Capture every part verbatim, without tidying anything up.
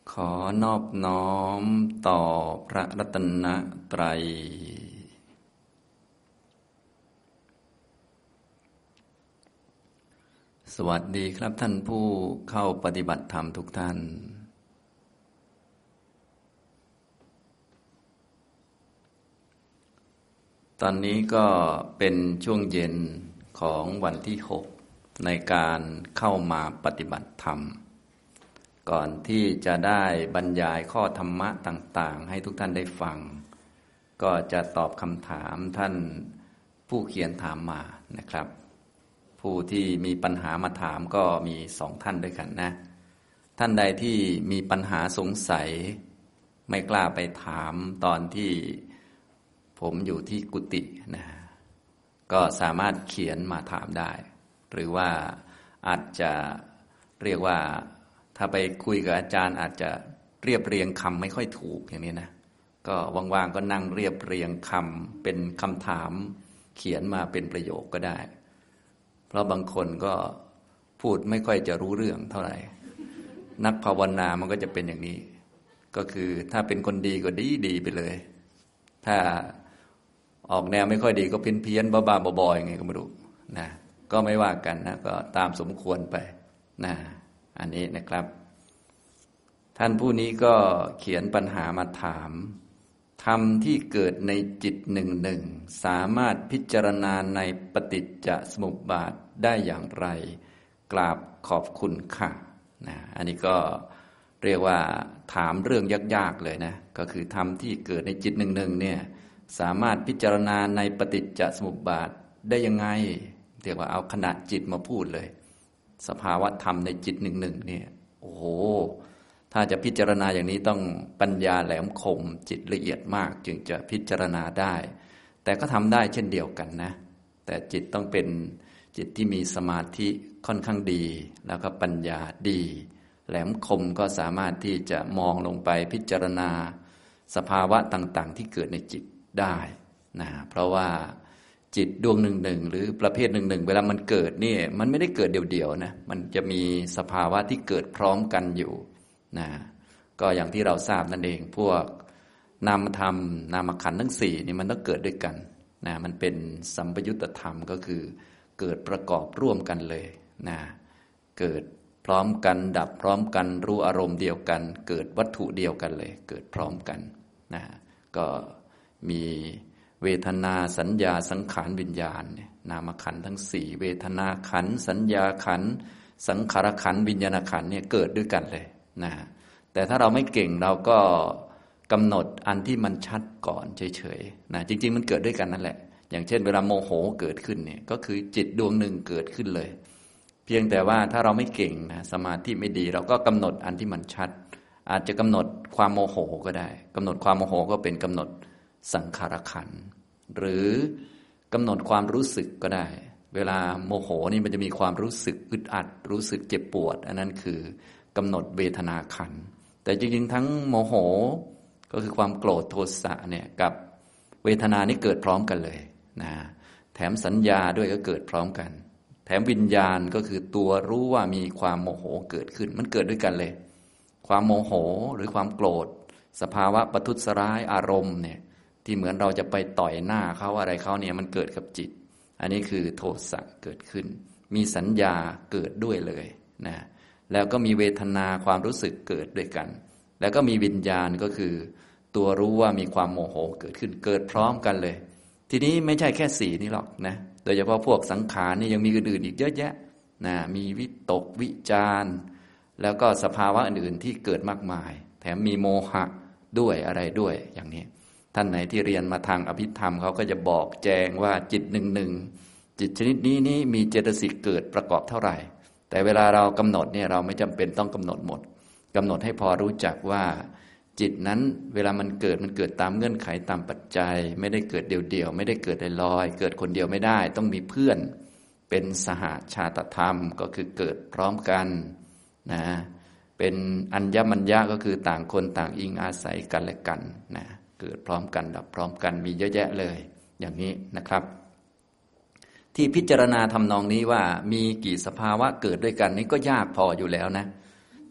ขอนอบน้อมต่อพระรัตนตรัยสวัสดีครับท่านผู้เข้าปฏิบัติธรรมทุกท่านตอนนี้ก็เป็นช่วงเย็นของวันที่หกในการเข้ามาปฏิบัติธรรมก่อนที่จะได้บรรยายข้อธรรมะต่างๆให้ทุกท่านได้ฟังก็จะตอบคำถามท่านผู้เขียนถามมานะครับผู้ที่มีปัญหามาถามก็มีสองท่านด้วยกันนะท่านใดที่มีปัญหาสงสัยไม่กล้าไปถามตอนที่ผมอยู่ที่กุฏินะก็สามารถเขียนมาถามได้หรือว่าอาจจะเรียกว่าถ้าไปคุยกับอาจารย์อาจจะเรียบเรียงคำไม่ค่อยถูกอย่างนี้นะก็ว่างๆก็นั่งเรียบเรียงคำเป็นคำถามเขียนมาเป็นประโยคก็ได้เพราะบางคนก็พูดไม่ค่อยจะรู้เรื่องเท่าไหร่นักภาวนามันก็จะเป็นอย่างนี้ก็คือถ้าเป็นคนดีก็ดีดีไปเลยถ้าออกแนวไม่ค่อยดีก็เพี้ยนเพี้ยนบ้าๆบอๆอย่างไงก็ไม่รู้นะก็ไม่ว่ากันนะก็ตามสมควรไปนะอันนี้นะครับท่านผู้นี้ก็เขียนปัญหามาถามธรรมที่เกิดในจิตหนึ่งหนึ่งสามารถพิจารณาในปฏิจจสมุปบาทได้อย่างไรกราบขอบคุณค่ะนะอันนี้ก็เรียกว่าถามเรื่องยากๆเลยนะก็คือธรรมที่เกิดในจิตหนึ่งหนึ่งเนี่ยสามารถพิจารณาในปฏิจจสมุปบาทได้ยังไงเรียกว่าเอาขณะจิตมาพูดเลยสภาวะธรรมในจิตหนึ่งหนึ่งเนี่ยโอ้โหถ้าจะพิจารณาอย่างนี้ต้องปัญญาแหลมคมจิตละเอียดมากจึงจะพิจารณาได้แต่ก็ทำได้เช่นเดียวกันนะแต่จิตต้องเป็นจิตที่มีสมาธิค่อนข้างดีแล้วก็ปัญญาดีแหลมคมก็สามารถที่จะมองลงไปพิจารณาสภาวะต่างๆที่เกิดในจิตได้นะเพราะว่าจิตดวงหนึ่งหนึ่งหรือประเภทหนึ่งหนึ่งเวลามันเกิดนี่มันไม่ได้เกิดเดี่ยวๆนะมันจะมีสภาวะที่เกิดพร้อมกันอยู่นะก็อย่างที่เราทราบนั่นเองพวกนามธรรมนามขันธ์ทั้งสี่นี่มันต้องเกิดด้วยกันนะมันเป็นสัมปยุตตธรรมก็คือเกิดประกอบร่วมกันเลยนะเกิดพร้อมกันดับพร้อมกันรู้อารมณ์เดียวกันเกิดวัตถุเดียวกันเลยเกิดพร้อมกันนะก็มีเวทนาสัญญาสังขารวิญญาณนามขันธ์ทั้งสี่เวทนาขันธ์สัญญาขันธ์สังขารขันธ์วิญญาณขันธ์เนี่ยเกิดด้วยกันเลยนะแต่ถ้าเราไม่เก่งเราก็กำหนดอันที่มันชัดก่อนเฉยๆนะจริงๆมันเกิดด้วยกันนั่นแหละอย่างเช่นเวลาโมโหเกิดขึ้นเนี่ยก็คือจิตดวงหนึ่งเกิดขึ้นเลยเพียงแต่ว่าถ้าเราไม่เก่งนะสมาธิไม่ดีเราก็กำหนดอันที่มันชัดอาจจะกำหนดความโมโหก็ได้กำหนดความโมโหก็เป็นกำหนดสังขารขันธ์หรือกำหนดความรู้สึกก็ได้เวลาโมโหนี่มันจะมีความรู้สึกอึดอัดรู้สึกเจ็บปวดอันนั้นคือกำหนดเวทนาขันธ์แต่จริงๆทั้งโมโหก็คือความโกรธโทสะเนี่ยกับเวทนานี่เกิดพร้อมกันเลยนะแถมสัญญาด้วยก็เกิดพร้อมกันแถมวิญญาณก็คือตัวรู้ว่ามีความโมโหเกิดขึ้นมันเกิดด้วยกันเลยความโมโหหรือความโกรธสภาวะประทุษร้ายอารมณ์เนี่ยที่เหมือนเราจะไปต่อยหน้าเขาอะไรเขาเนี่ยมันเกิดกับจิตอันนี้คือโทสะเกิดขึ้นมีสัญญาเกิดด้วยเลยนะแล้วก็มีเวทนาความรู้สึกเกิดด้วยกันแล้วก็มีวิญญาณก็คือตัวรู้ว่ามีความโมโหเกิดขึ้นเกิดพร้อมกันเลยทีนี้ไม่ใช่แค่สี่นี่หรอกนะโดยเฉพาะพวกสังขารนี่ยังมีอื่นๆอีกเยอะแยะนะมีวิตกวิจารแล้วก็สภาวะอื่นๆที่เกิดมากมายแถมมีโมหะด้วยอะไรด้วยอย่างนี้ท่านไหนที่เรียนมาทางอภิธรรมเขาก็จะบอกแจงว่าจิตหนึ่งหนึ่งจิตชนิดนี้นี้มีเจตสิกเกิดประกอบเท่าไหร่แต่เวลาเรากำหนดเนี่ยเราไม่จำเป็นต้องกำหนดหมดกำหนดให้พอรู้จักว่าจิตนั้นเวลามันเกิดมันเกิดตามเงื่อนไขตามปัจจัยไม่ได้เกิดเดี่ยวๆไม่ได้เกิดลอยๆเกิดคนเดียวไม่ได้ต้องมีเพื่อนเป็นสหชาตธรรมก็คือเกิดพร้อมกันนะเป็นอัญญมัญญะก็คือต่างคนต่างอิงอาศัยกันและกันนะเกิดพร้อมกันดับพร้อมกันมีเยอะแยะเลยอย่างนี้นะครับที่พิจารณาทำนองนี้ว่ามีกี่สภาวะเกิดด้วยกันนี่ก็ยากพออยู่แล้วนะแ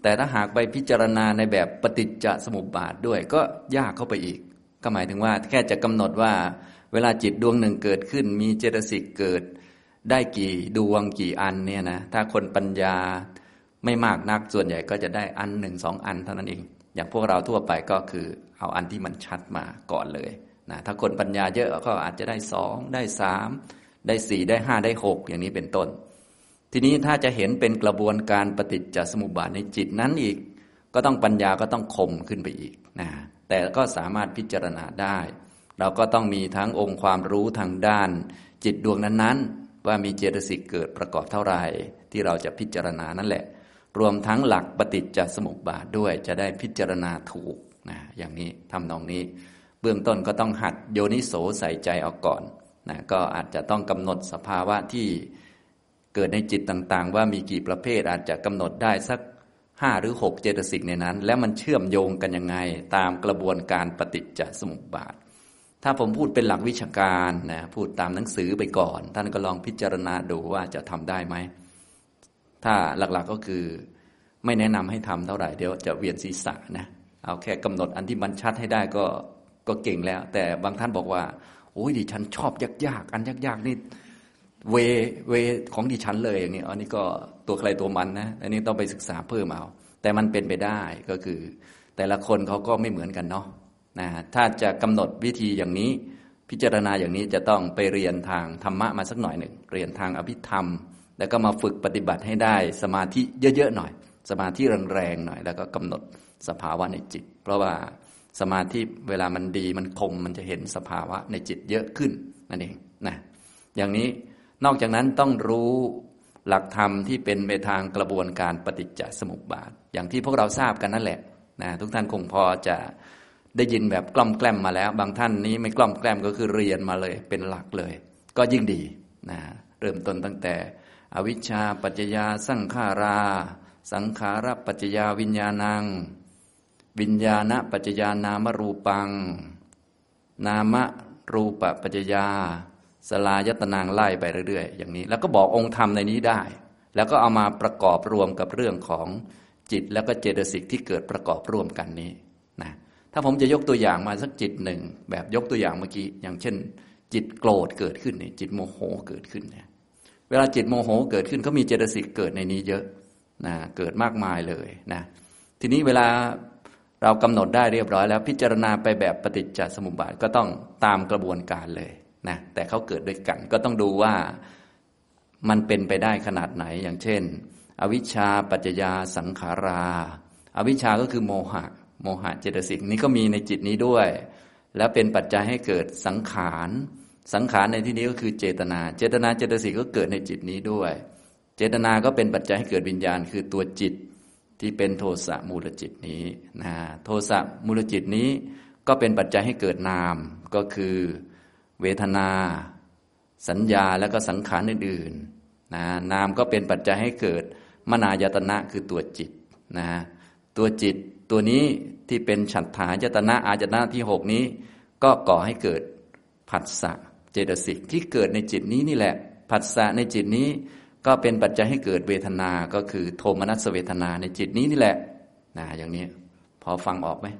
แต่ถ้าหากไปพิจารณาในแบบปฏิจจสมุปบาทด้วยก็ยากเข้าไปอีกก็หมายถึงว่าแค่จะกำหนดว่าเวลาจิตดวงหนึ่งเกิดขึ้นมีเจตสิกเกิดได้กี่ดวงกี่อันเนี่ยนะถ้าคนปัญญาไม่มากนักส่วนใหญ่ก็จะได้อันหนึ่งสองอันเท่านั้นเองอย่างพวกเราทั่วไปก็คือเอาอันที่มันชัดมาก่อนเลยนะถ้าคนปัญญาเยอะก็อาจจะได้สองได้สามได้สี่ได้ห้าได้หกอย่างนี้เป็นต้นทีนี้ถ้าจะเห็นเป็นกระบวนการปฏิจจสมุปบาทในจิตนั้นอีกก็ต้องปัญญาก็ต้องคมขึ้นไปอีกนะแต่ก็สามารถพิจารณาได้เราก็ต้องมีทั้งองค์ความรู้ทางด้านจิตดวงนั้นๆว่ามีเจตสิกเกิดประกอบเท่าไหร่ที่เราจะพิจารณานั่นแหละรวมทั้งหลักปฏิจจสมุปบาทด้วยจะได้พิจารณาถูกนะอย่างนี้ทำนองนี้เบื้องต้นก็ต้องหัดโยนิโสใส่ใจเอาก่อนนะก็อาจจะต้องกำหนดสภาวะที่เกิดในจิตต่างๆว่ามีกี่ประเภทอาจจะกำหนดได้สักห้าหรือหกเจตสิกในนั้นแล้วมันเชื่อมโยงกันยังไงตามกระบวนการปฏิจจสมุปบาทถ้าผมพูดเป็นหลักวิชาการนะพูดตามหนังสือไปก่อนท่านก็ลองพิจารณาดูว่าจะทำได้ไหมถ้าหลักๆก็คือไม่แนะนำให้ทำเท่าไหร่เดี๋ยวจะเวียนศีรษะนะเอาแค่กำหนดอันที่มันชัดให้ได้ก็ก็เก่งแล้วแต่บางท่านบอกว่าโอ้ยดิฉันชอบยากๆอันยากๆนี่เวเวของดิฉันเลยอย่างนี้อันนี้ก็ตัวใครตัวมันนะอันนี้ต้องไปศึกษาเพิ่มเอาแต่มันเป็นไปได้ก็คือแต่ละคนเขาก็ไม่เหมือนกันเนาะนะถ้าจะกำหนดวิธีอย่างนี้พิจารณาอย่างนี้จะต้องไปเรียนทางธรรมะมาสักหน่อยหนึ่งเรียนทางอภิธรรมแล้วก็มาฝึกปฏิบัติให้ได้สมาธิเยอะๆหน่อยสมาธิแรงๆหน่อยแล้วก็กำหนดสภาวะในจิตเพราะว่าสมาธิเวลามันดีมันคมมันจะเห็นสภาวะในจิตเยอะขึ้นนั่นเองนะอย่างนี้นอกจากนั้นต้องรู้หลักธรรมที่เป็นไปทางกระบวนการปฏิจจสมุปบาทอย่างที่พวกเราทราบกันนั่นแหละนะทุกท่านคงพอจะได้ยินแบบกล่อมแกล้มมาแล้วบางท่านนี้ไม่กล่อมแกล้มก็คือเรียนมาเลยเป็นหลักเลยก็ยิ่งดีนะเริ่มต้นตั้งแต่อวิชชาปัจจยาสังขาราสังขารปัจจยาวิญญาณังวิญญาณปัจจยานามรูปังนามรูปปัจจยาสลายตนางไล่ไปเรื่อยๆอย่างนี้แล้วก็บอกองค์ธรรมในนี้ได้แล้วก็เอามาประกอบรวมกับเรื่องของจิตแล้วก็เจตสิกที่เกิดประกอบร่วมกันนี้นะถ้าผมจะยกตัวอย่างมาสักจิตหนึ่งแบบยกตัวอย่างเมื่อกี้อย่างเช่นจิตโกรธเกิดขึ้นเนี่ยจิตโมโหเกิดขึ้นเนี่ยเวลาจิตโมโหเกิดขึ้นก็มีเจตสิกเกิดในนี้เยอะนะเกิดมากมายเลยนะทีนี้เวลาเรากำหนดได้เรียบร้อยแล้วพิจารณาไปแบบปฏิจจสมุปบาทก็ต้องตามกระบวนการเลยนะแต่เขาเกิดด้วยกันก็ต้องดูว่ามันเป็นไปได้ขนาดไหนอย่างเช่นอวิชชาปัจจยาสังขาราอวิชชาก็คือโมหะโมหะเจตสิกนี้ก็มีในจิตนี้ด้วยและเป็นปัจจัยให้เกิดสังขารสังขารในที่นี้ก็คือเจตนาเจตนาเจตสิกก็เกิดในจิตนี้ด้วยเจตนาก็เป็นปัจจัยให้เกิดวิญญาณคือตัวจิตที่เป็นโทสะมูลจิตนี้นะโทสะมูลจิตนี้ก็เป็นปัจจัยให้เกิดนามก็คือเวทนาสัญญาและก็สังขารอื่นๆนะนามก็เป็นปัจจัยให้เกิดมนายตนะคือตัวจิตนะตัวจิตตัวนี้ที่เป็นฉัฏฐายตนะอายตนะที่หกนี้ก็ก่อให้เกิดผัสสะเจตสิกที่เกิดในจิตนี้นี่แหละผัสสะในจิตนี้ก็เป็นปัจจัยให้เกิดเวทนาก็คือโทมนัสเวทนาในจิตนี้นี่แหละนะอย่างนี้พอฟังออกไหม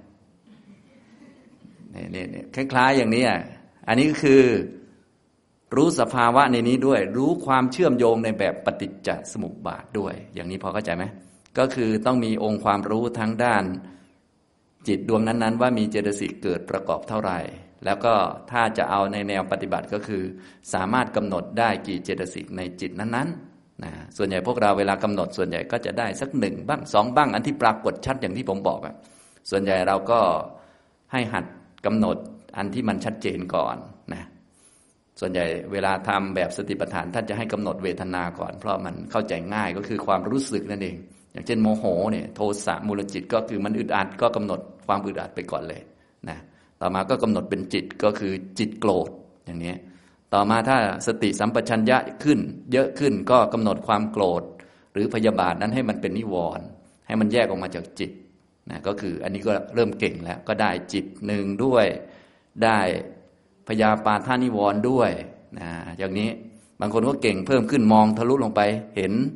เนี่ยเนี่ยคล้ายๆอย่างนี้อ่ะอันนี้ก็คือรู้สภาวะในนี้ด้วยรู้ความเชื่อมโยงในแบบปฏิจจสมุปบาทด้วยอย่างนี้พอเข้าใจไหมก็คือต้องมีองค์ความรู้ทั้งด้านจิตดวงนั้นๆว่ามีเจตสิกเกิดประกอบเท่าไหร่แล้วก็ถ้าจะเอาในแนวปฏิบัติก็คือสามารถกำหนดได้กี่เจตสิกในจิตนั้นๆนะส่วนใหญ่พวกเราเวลากำหนดส่วนใหญ่ก็จะได้สักหนึ่งบ้างสองบ้างอันที่ปรากฏชัดอย่างที่ผมบอกอ่ะส่วนใหญ่เราก็ให้หัดกำหนดอันที่มันชัดเจนก่อนนะส่วนใหญ่เวลาทำแบบสติปัฏฐานท่านจะให้กำหนดเวทนาก่อนเพราะมันเข้าใจง่ายก็คือความรู้สึกนั่นเองอย่างเช่นโมโหเนี่ยโทสะมูลจิตก็คือมันอึดอัดก็กำหนดความอึดอัดไปก่อนเลยนะต่อมาก็กำหนดเป็นจิตก็คือจิตโกรธอย่างนี้ต่อมาถ้าสติสัมปชัญญะขึ้นเยอะขึ้นก็กำหนดความโกรธหรือพยาบาทนั้นให้มันเป็นนิวรณ์ให้มันแยกออกมาจากจิตนะก็คืออันนี้ก็เริ่มเก่งแล้วก็ได้จิตหนึ่งด้วยได้พยาปาทานิวรณ์ด้วยนะอย่างนี้บางคนก็เก่งเพิ่มขึ้นมองทะลุลงไปเห็น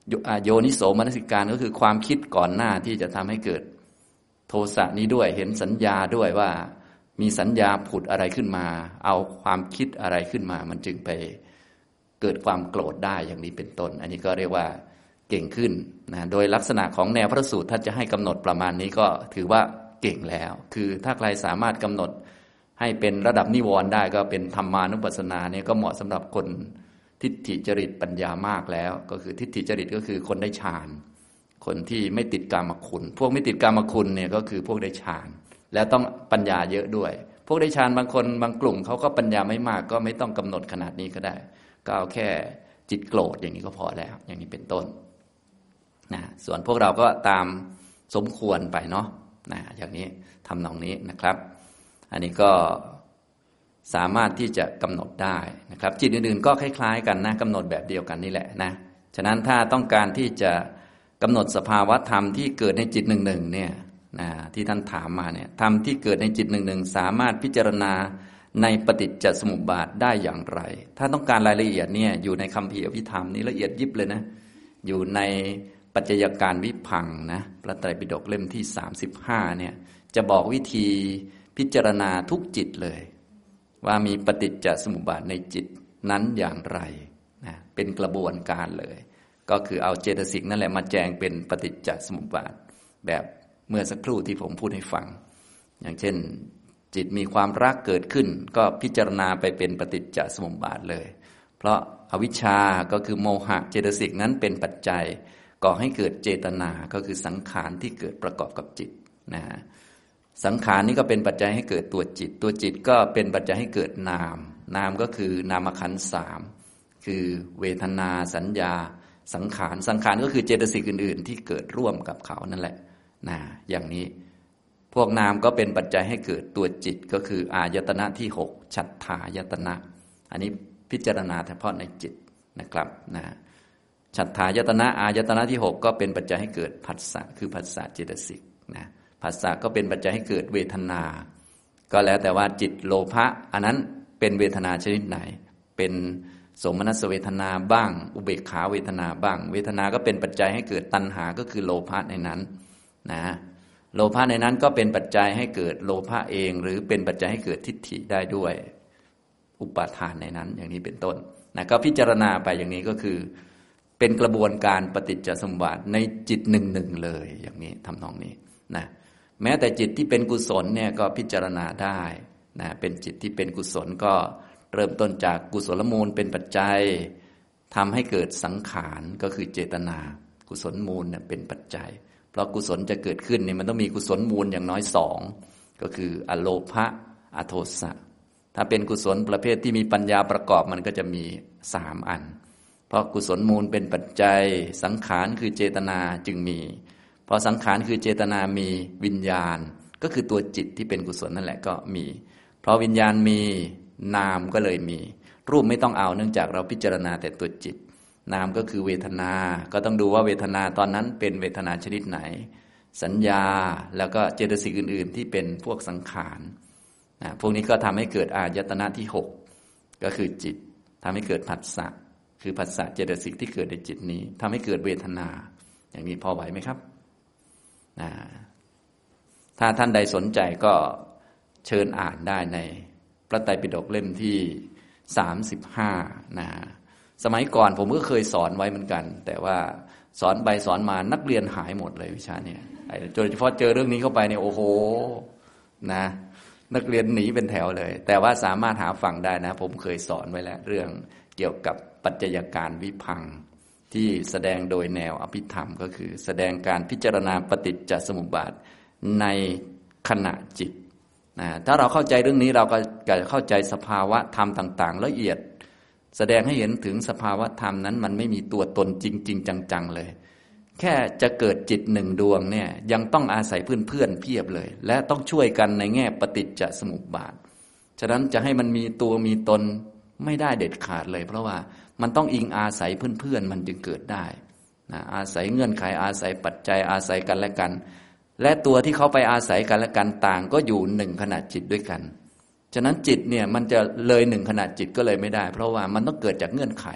โยนิโสมนสิการก็คือความคิดก่อนหน้าที่จะทำให้เกิดโทสะนี้ด้วยเห็นสัญญาด้วยว่ามีสัญญาผุดอะไรขึ้นมาเอาความคิดอะไรขึ้นมามันจึงไปเกิดความโกรธได้อย่างนี้เป็นต้นอันนี้ก็เรียกว่าเก่งขึ้นนะโดยลักษณะของแนวพระสูตรท่านจะให้กำหนดประมาณนี้ก็ถือว่าเก่งแล้วคือถ้าใครสามารถกำหนดให้เป็นระดับนิวรณ์ได้ก็เป็นธรรมานุปัสสนาเนี่ยก็เหมาะสำหรับคนทิฏฐิจริตปัญญามากแล้วก็คือทิฏฐิจริตก็คือคนได้ฌานคนที่ไม่ติดกามคุณพวกไม่ติดกามคุณเนี่ยก็คือพวกได้ฌานแล้วต้องปัญญาเยอะด้วยพวกได้ฌานบางคนบางกลุ่มเขาก็ปัญญาไม่มากก็ไม่ต้องกำหนดขนาดนี้ก็ได้ก็เอาแค่จิตโกรธอย่างนี้ก็พอแล้วอย่างนี้เป็นต้นนะส่วนพวกเราก็ตามสมควรไปเนาะนะอย่างนี้ทำนองนี้นะครับอันนี้ก็สามารถที่จะกำหนดได้นะครับจิตอื่นๆก็คล้ายๆกันนะกำหนดแบบเดียวกันนี่แหละนะฉะนั้นถ้าต้องการที่จะกำหนดสภาวะธรรมที่เกิดในจิตหนึ่งๆเนี่ยนะที่ท่านถามมาเนี่ยธรรมที่เกิดในจิตหนึ่งๆสามารถพิจารณาในปฏิจจสมุปบาทได้อย่างไรถ้าต้องการรายละเอียดเนี่ยอยู่ในคัมภีร์อภิธรรมนี่ละเอียดยิบเลยนะอยู่ในปัจจัยการวิพังค์นะพระไตรปิฎกเล่มที่สามสิบห้าเนี่ยจะบอกวิธีพิจารณาทุกจิตเลยว่ามีปฏิจจสมุปบาทในจิตนั้นอย่างไรนะเป็นกระบวนการเลยก็คือเอาเจตสิกนั่นแหละมาแจงเป็นปฏิจจสมุปบาทแบบเมื่อสักครู่ที่ผมพูดให้ฟังอย่างเช่นจิตมีความรักเกิดขึ้นก็พิจารณาไปเป็นปฏิจจสมุปบาทเลยเพราะอวิชชาก็คือโมหะเจตสิกนั้นเป็นปัจจัยก่อให้เกิดเจตนาก็คือสังขารที่เกิดประกอบกับจิตนะสังขารนี้ก็เป็นปัจจัยให้เกิดตัวจิตตัวจิตก็เป็นปัจจัยให้เกิดนามนามก็คือนามขันธ์สามคือเวทนาสัญญาสังขารสังขารก็คือเจตสิกอื่นๆที่เกิดร่วมกับเขานั่นแหละนะอย่างนี้พวกนามก็เป็นปัจจัยให้เกิดตัวจิตก็คืออายตนะที่หกฉัฏฐายตนะอันนี้พิจารณาเฉพาะในจิตนะครับนะฉัฏฐายตนะอายตนะที่หกก็เป็นปัจจัยให้เกิดผัสสะคือผัสสะเจตสิกนะผัสสะก็เป็นปัจจัยให้เกิดเวทนาก็แล้วแต่ว่าจิตโลภะอันนั้นเป็นเวทนาชนิดไหนเป็นโสมนัสเวทนาบ้างอุเบกขาเวทนาบ้างเวทนาก็เป็นปัจจัยให้เกิดตัณหาก็คือโลภะในนั้นนะโลภะในนั้นก็เป็นปัจจัยให้เกิดโลภะเองหรือเป็นปัจจัยให้เกิดทิฏฐิได้ด้วยอุปาทานในนั้นอย่างนี้เป็นต้นนะก็พิจารณาไปอย่างนี้ก็คือเป็นกระบวนการปฏิจจสมุปบาทในจิตหนึ่งๆเลยอย่างนี้ทำนองนี้นะแม้แต่จิตที่เป็นกุศลเนี่ยก็พิจารณาได้นะเป็นจิตที่เป็นกุศลก็เริ่มต้นจากกุศลมูลเป็นปัจจัยทำให้เกิดสังขารก็คือเจตนากุศลมูลเนี่ยเป็นปัจจัยเพราะกุศลจะเกิดขึ้นเนี่ยมันต้องมีกุศลมูลอย่างน้อยสองก็คืออโลภะอโทสะถ้าเป็นกุศลประเภทที่มีปัญญาประกอบมันก็จะมีสามอันเพราะกุศลมูลเป็นปัจจัยสังขารคือเจตนาจึงมีพอสังขารคือเจตนามีวิญญาณก็คือตัวจิตที่เป็นกุศลนั่นแหละก็มีเพราะวิญญาณมีนามก็เลยมีรูปไม่ต้องเอาเนื่องจากเราพิจารณาแต่ตัวจิตนามก็คือเวทนาก็ต้องดูว่าเวทนาตอนนั้นเป็นเวทนาชนิดไหนสัญญาแล้วก็เจตสิกอื่นๆที่เป็นพวกสังขารนะพวกนี้ก็ทำให้เกิดอายตนะที่หกก็คือจิตทำให้เกิดผัสสะคือผัสสะเจตสิกที่เกิดในจิตนี้ทำให้เกิดเวทนาอย่างนี้พอไหวไหมครับนะถ้าท่านใดสนใจก็เชิญอ่านได้ในพระไตรปิฎกเล่มที่สามสิบห้านะสมัยก่อนผมก็เคยสอนไว้เหมือนกันแต่ว่าสอนไปสอนมานักเรียนหายหมดเลยวิชาเนี่ยโดยเฉพาะเจอเรื่องนี้เข้าไปเนี่ยโอ้โหนะนักเรียนหนีเป็นแถวเลยแต่ว่าสามารถหาฟังได้นะผมเคยสอนไว้แล้วเรื่องเกี่ยวกับปัจจัยการวิพังค์ที่แสดงโดยแนวอภิธรรมก็คือแสดงการพิจารณาปฏิจจสมุปบาทในขณะจิตนะถ้าเราเข้าใจเรื่องนี้เราก็จะเข้าใจสภาวะธรรมต่างๆละเอียดแสดงให้เห็นถึงสภาวะธรรมนั้นมันไม่มีตัวตนจริงๆจังๆเลยแค่จะเกิดจิตหนึ่งดวงเนี่ยยังต้องอาศัยเพื่อนๆเพียบเลยและต้องช่วยกันในแง่ปฏิจจสมุปบาทฉะนั้นจะให้มันมีตัวมีตนไม่ได้เด็ดขาดเลยเพราะว่ามันต้องอิงอาศัยเพื่อนๆมันจึงเกิดได้นะอาศัยเงื่อนไขอาศัยปัจจัยอาศัยกันและกันและตัวที่เขาไปอาศัยกันและกันต่างก็อยู่หนึ่งขณะจิตด้วยกันฉะนั้นจิตเนี่ยมันจะเลยหนึ่งขณะจิตก็เลยไม่ได้เพราะว่ามันต้องเกิดจากเงื่อนไข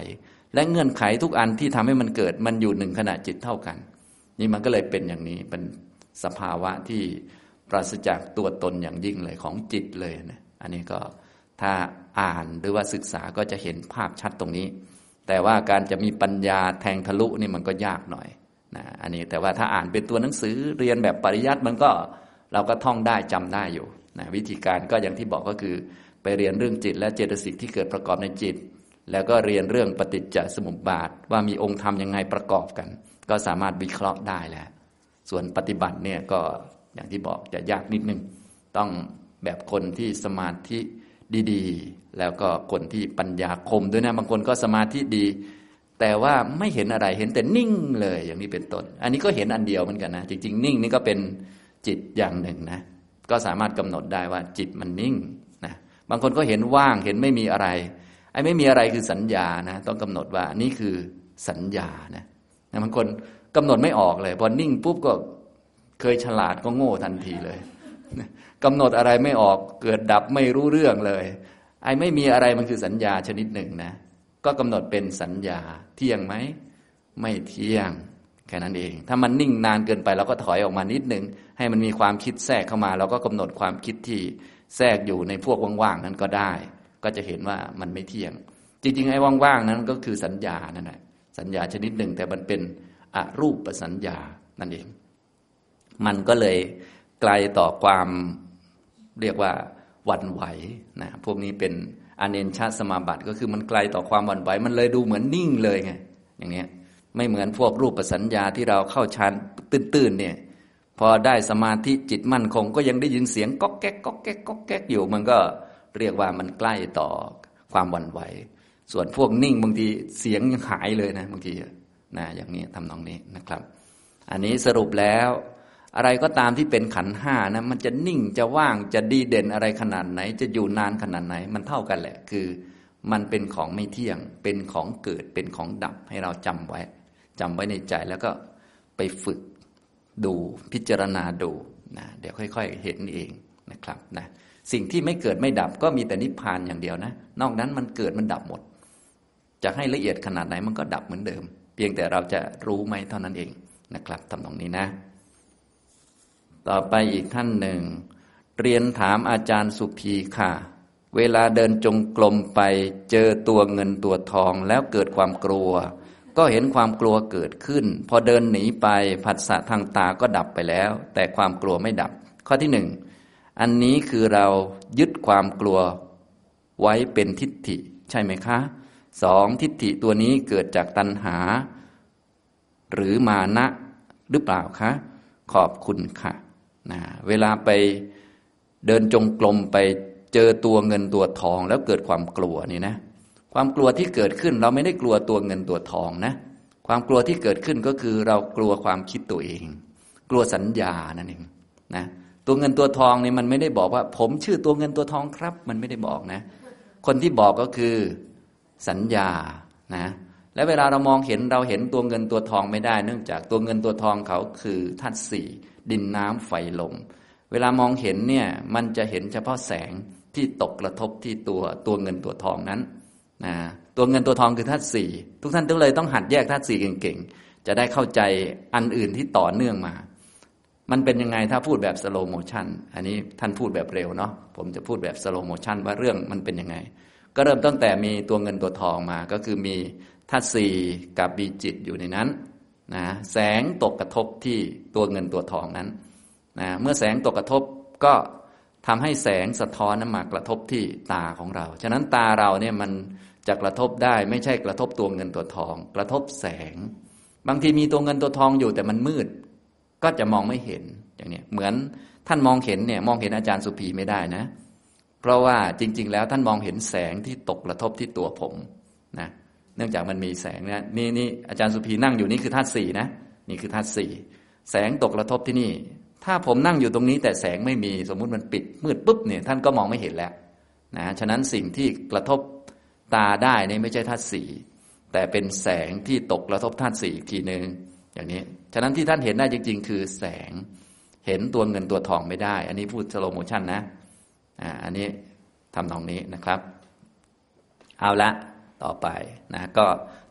และเงื่อนไขทุกอันที่ทำให้มันเกิดมันอยู่หนึ่งขณะจิตเท่ากันนี่มันก็เลยเป็นอย่างนี้เป็นสภาวะที่ปราศจากตัวตนอย่างยิ่งเลยของจิตเลยนะอันนี้ก็ถ้าอ่านหรือว่าศึกษาก็จะเห็นภาพชัดตรงนี้แต่ว่าการจะมีปัญญาแทงทะลุนี่มันก็ยากหน่อยนะอันนี้แต่ว่าถ้าอ่านเป็นตัวหนังสือเรียนแบบปริยัติมันก็เราก็ท่องได้จำได้อยู่นะวิธีการก็อย่างที่บอกก็คือไปเรียนเรื่องจิตและเจตสิกที่เกิดประกอบในจิตแล้วก็เรียนเรื่องปฏิจจสมุปบาทว่ามีองค์ธรรมยังไงประกอบกันก็สามารถวิเคราะห์ได้แล้วส่วนปฏิบัติเนี่ยก็อย่างที่บอกจะยากนิดนึงต้องแบบคนที่สมาธิดีๆแล้วก็คนที่ปัญญาคมด้วยนะบางคนก็สมาธิดีแต่ว่าไม่เห็นอะไรเห็นแต่นิ่งเลยอย่างนี้เป็นต้นอันนี้ก็เห็นอันเดียวเหมือนกันนะจริงๆนิ่งนี่ก็เป็นจิตอย่างหนึ่งนะก็สามารถกำหนดได้ว่าจิตมันนิ่งนะบางคนก็เห็นว่างเห็นไม่มีอะไรไอ้ไม่มีอะไรคือสัญญานะต้องกำหนดว่านี่คือสัญญานะบางคนกำหนดไม่ออกเลยพอนิ่งปุ๊บก็เคยฉลาดก็โง่ทันทีเลยกำหนดอะไรไม่ออกเกิดดับไม่รู้เรื่องเลยไอ้ไม่มีอะไรมันคือสัญญาชนิดหนึ่งนะก็กำหนดเป็นสัญญาเที่ยงไหมไม่เที่ยงแค่นั้นเองถ้ามันนิ่งนานเกินไปเราก็ถอยออกมานิดนึงให้มันมีความคิดแทรกเข้ามาเราก็กำหนดความคิดที่แทรกอยู่ในพวกว่างๆนั้นก็ได้ก็จะเห็นว่ามันไม่เที่ยงจริงๆไอ้ว่างๆนั้นก็คือสัญญานั่นแหละสัญญาชนิดหนึ่งแต่มันเป็นอรูปสัญญานั่นเองมันก็เลยไกลต่อความเรียกว่าหวั่นไหวนะพวกนี้เป็นอเนชสมาบัติก็คือมันไกลต่อความหวั่นไหวมันเลยดูเหมือนนิ่งเลยไงอย่างเนี้ยไม่เหมือนพวกรูปสัญญาที่เราเข้าฌานตื้นๆเนี่ยพอได้สมาธิจิตมั่นคงก็ยังได้ยินเสียงก๊อกแก๊กก๊อกแก๊กก๊อกแก๊กอยู่มันก็เรียกว่ามันใกล้ต่อความหวั่นไหวส่วนพวกนิ่งบางทีเสียงยังหายเลยนะบางทีนะอย่างนี้ทำนองนี้นะครับอันนี้สรุปแล้วอะไรก็ตามที่เป็นขันธ์ห้านะมันจะนิ่งจะว่างจะดีเด่นอะไรขนาดไหนจะอยู่นานขนาดไหนมันเท่ากันแหละคือมันเป็นของไม่เที่ยงเป็นของเกิดเป็นของดับให้เราจำไว้จำไว้ในใจแล้วก็ไปฝึกดูพิจารณาดูนะเดี๋ยวค่อยๆเห็นเองนะครับนะสิ่งที่ไม่เกิดไม่ดับก็มีแต่นิพพานอย่างเดียวนะนอกนั้นมันเกิดมันดับหมดจะให้ละเอียดขนาดไหนมันก็ดับเหมือนเดิมเพียงแต่เราจะรู้ไหมเท่านั้นเองนะครับทำตรงนี้นะต่อไปอีกท่านหนึ่งเรียนถามอาจารย์สุภีค่ะเวลาเดินจงกรมไปเจอตัวเงินตัวทองแล้วเกิดความกลัวก็เห็นความกลัวเกิดขึ้นพอเดินหนีไปผัสสะทางตาก็ดับไปแล้วแต่ความกลัวไม่ดับข้อที่หนึ่งอันนี้คือเรายึดความกลัวไว้เป็นทิฏฐิใช่ไหมคะสองทิฏฐิตัวนี้เกิดจากตัณหาหรือมานะหรือเปล่าคะขอบคุณค่ะนะเวลาไปเดินจงกรมไปเจอตัวเงินตัวทองแล้วเกิดความกลัวนี่นะความกลัวที่เกิดขึ้นเราไม่ได้กลัวตัวเงินตัวทองนะความกลัวที่เกิดขึ้นก็คือเรากลัวความคิดตัวเองกลัวสัญญานั่นเองนะตัวเงินตัวทองนี่มันไม่ได้บอกว่าผมชื่อตัวเงินตัวทองครับมันไม่ได้บอกนะคนที่บอกก็คือสัญญานะและเวลาเรามองเห็นเราเห็นตัวเงินตัวทองไม่ได้เนื่องจากตัวเงินตัวทองเขาคือธาตุสี่ดินน้ำไฟลมเวลามองเห็นเนี่ยมันจะเห็นเฉพาะแสงที่ตกกระทบที่ตัวตัวเงินตัวทองนั้นนะตัวเงินตัวทองคือธาตุสี่ทุกท่านต้องเลยต้องหัดแยกธาตุสี่เก่งๆจะได้เข้าใจอันอื่นที่ต่อเนื่องมามันเป็นยังไงถ้าพูดแบบสโลโมชันอันนี้ท่านพูดแบบเร็วเนาะผมจะพูดแบบสโลโมชันว่าเรื่องมันเป็นยังไงก็เริ่มตั้งแต่มีตัวเงินตัวทองมาก็คือมีธาตุสี่กับมีจิตอยู่ในนั้นนะแสงตกกระทบที่ตัวเงินตัวทองนั้นนะเมื่อแสงตกกระทบก็ทำให้แสงสะท้อนนั้นมากระทบที่ตาของเราฉะนั้นตาเราเนี่ยมันจะกระทบได้ไม่ใช่กระทบตัวเงินตัวทองกระทบแสงบางทีมีตัวเงินตัวทองอยู่แต่มันมืดก็จะมองไม่เห็นอย่างนี้เหมือนท่านมองเห็นเนี่ยมองเห็นอาจารย์สุภีไม่ได้นะเพราะว่าจริงๆแล้วท่านมองเห็นแสงที่ตกกระทบที่ตัวผมนะเนื่องจากมันมีแสงนะนี่นี่อาจารย์สุภีนั่งอยู่นี่คือธาตุสี่นะนี่คือธาตุสี่แสงตกกระทบที่นี่ถ้าผมนั่งอยู่ตรงนี้แต่แสงไม่มีสมมุติมันปิดมืดปุ๊บเนี่ยท่านก็มองไม่เห็นแล้วนะฉะนั้นสิ่งที่กระทบตาได้นี่ไม่ใช่ธาตุสี่แต่เป็นแสงที่ตกกระทบธาตุสี่อีกทีนึงอย่างนี้ฉะนั้นที่ท่านเห็นได้จริงๆคือแสงเห็นตัวเงินตัวทองไม่ได้อันนี้พูดสโลโมชันนะอ่าอันนี้ทำตรงนี้นะครับเอาละต่อไปนะก็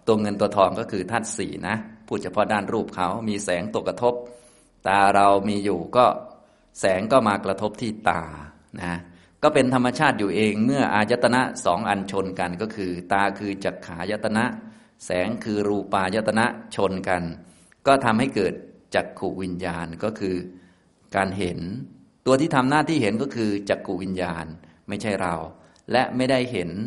ตัวเงินตัวทองก็คือธาตุสี่นะพูดเฉพาะด้านรูปเขามีแสงตกกระทบตาเรามีอยู่ก็แสงก็มากระทบที่ตานะก็เป็นธรรมชาติอยู่เองเมื่ออายตนะสองอันชนกันก็คือตาคือจักขายตนะแสงคือรูปายตนะชนกันก็ทำให้เกิดจักขุวิญญาณก็คือการเห็นตัวที่ทำหน้าที่เห็นก็คือจักขุวิญญาณไม่ใช่เราและไม่ได้เห็น